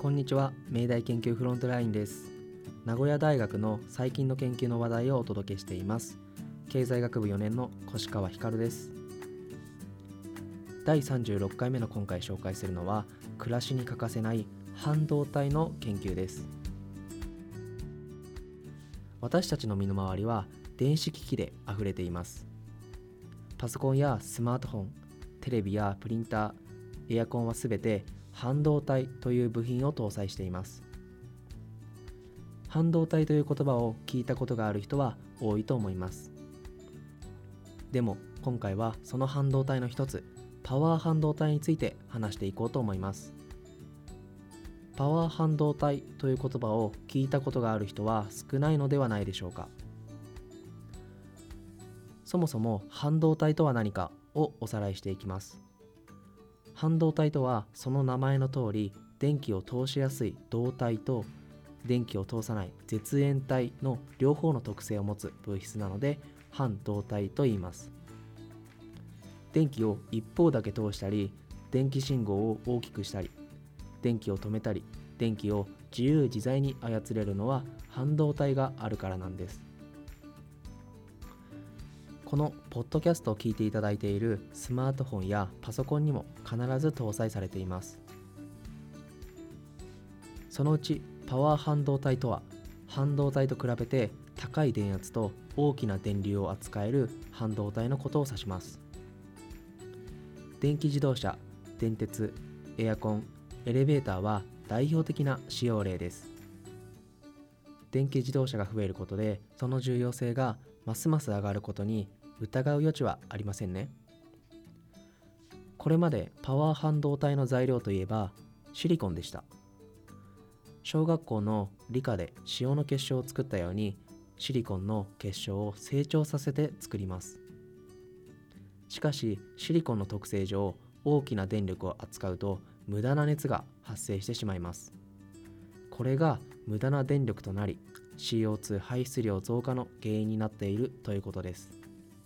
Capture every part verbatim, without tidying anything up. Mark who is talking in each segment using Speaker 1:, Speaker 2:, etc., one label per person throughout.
Speaker 1: こんにちは、明大研究フロントラインです。名古屋大学の最近の研究の話題をお届けしています。経済学部よねんの越川光です。だいさんじゅうろっかいめの今回紹介するのは、暮らしに欠かせない半導体の研究です。私たちの身の回りは電子機器であふれています。パソコンやスマートフォン、テレビやプリンター、エアコンはすべて半導体という部品を搭載しています。半導体という言葉を聞いたことがある人は多いと思います。でも今回はその半導体の一つ、パワー半導体について話していこうと思います。パワー半導体という言葉を聞いたことがある人は少ないのではないでしょうか。そもそも半導体とは何かをおさらいしていきます。半導体とはその名前の通り、電気を通しやすい導体と電気を通さない絶縁体の両方の特性を持つ物質なので、半導体と言います。電気を一方だけ通したり、電気信号を大きくしたり、電気を止めたり、電気を自由自在に操れるのは半導体があるからなんです。このポッドキャストを聞いていただいているスマートフォンやパソコンにも必ず搭載されています。そのうちパワー半導体とは、半導体と比べて高い電圧と大きな電流を扱える半導体のことを指します。電気自動車、電鉄、エアコン、エレベーターは代表的な使用例です。電気自動車が増えることで、その重要性がますます上がることに疑う余地はありませんね。これまでパワー半導体の材料といえばシリコンでした。小学校の理科で塩の結晶を作ったように、シリコンの結晶を成長させて作ります。しかしシリコンの特性上、大きな電力を扱うと無駄な熱が発生してしまいます。これが無駄な電力となり、 シーオーツー 排出量増加の原因になっているということです。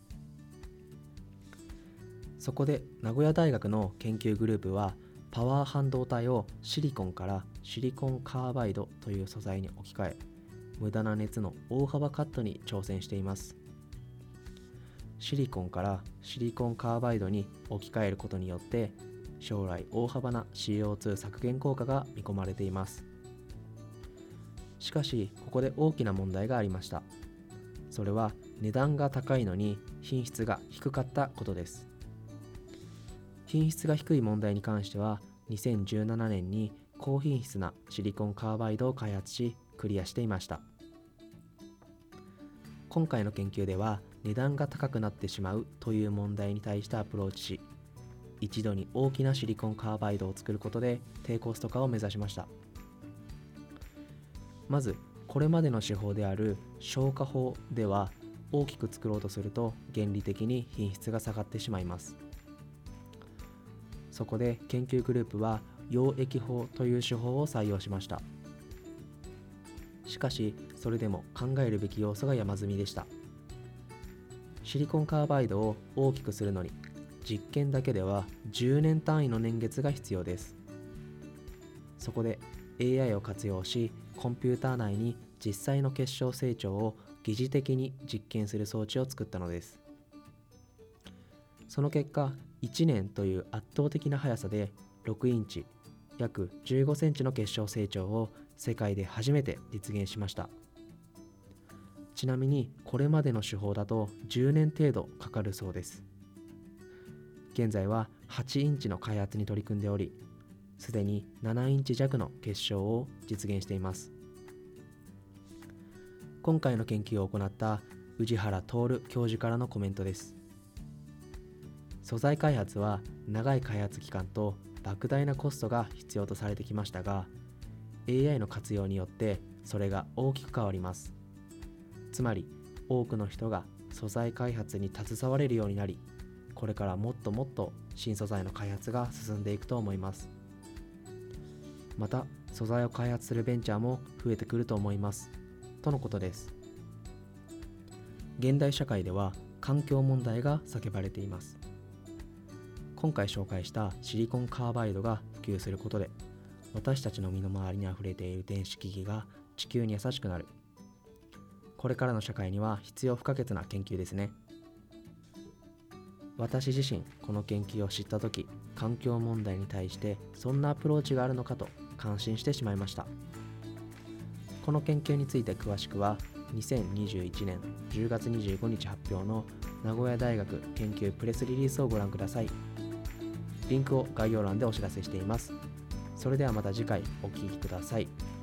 Speaker 1: そこで名古屋大学の研究グループは、パワー半導体をシリコンからシリコンカーバイドという素材に置き換え、無駄な熱の大幅カットに挑戦しています。シリコンからシリコンカーバイドに置き換えることによって、将来大幅な シーオーツー 削減効果が見込まれています。しかしここで大きな問題がありました。それは値段が高いのに品質が低かったことです。品質が低い問題に関しては、にせんじゅうななねんに高品質なシリコンカーバイドを開発しクリアしていました。今回の研究では、値段が高くなってしまうという問題に対してアプローチし、一度に大きなシリコンカーバイドを作ることで低コスト化を目指しました。まずこれまでの手法である消化法では、大きく作ろうとすると原理的に品質が下がってしまいます。そこで研究グループは溶液法という手法を採用しました。しかしそれでも考えるべき要素が山積みでした。シリコンカーバイドを大きくするのに、実験だけではじゅうねん単位の年月が必要です。そこで エーアイ を活用し、コンピューター内に実際の結晶成長を疑似的に実験する装置を作ったのです。その結果、いちねんという圧倒的な速さでろくインチ、約じゅうごセンチの結晶成長を世界で初めて実現しました。ちなみにこれまでの手法だとじゅうねん程度かかるそうです。現在ははちインチの開発に取り組んでおり、すでにななインチ弱の結晶を実現しています。今回の研究を行った宇治原徹教授からのコメントです。素材開発は長い開発期間と莫大なコストが必要とされてきましたが、 エーアイ の活用によってそれが大きく変わります。つまり多くの人が素材開発に携われるようになり、これからもっともっと新素材の開発が進んでいくと思います。また素材を開発するベンチャーも増えてくると思いますとのことです。現代社会では環境問題が叫ばれています。今回紹介したシリコンカーバイドが普及することで、 私たちの身の回りにあふれている電子機器が地球に優しくなる。これからの社会には必要不可欠な研究ですね。私自身この研究を知ったとき、環境問題に対してそんなアプローチがあるのかと感心してしまいました。この研究について詳しくはにせんにじゅういちねんじゅうがつにじゅうごにち発表の名古屋大学研究プレスリリースをご覧ください。リンクを概要欄でお知らせしています。それではまた次回お聞きください。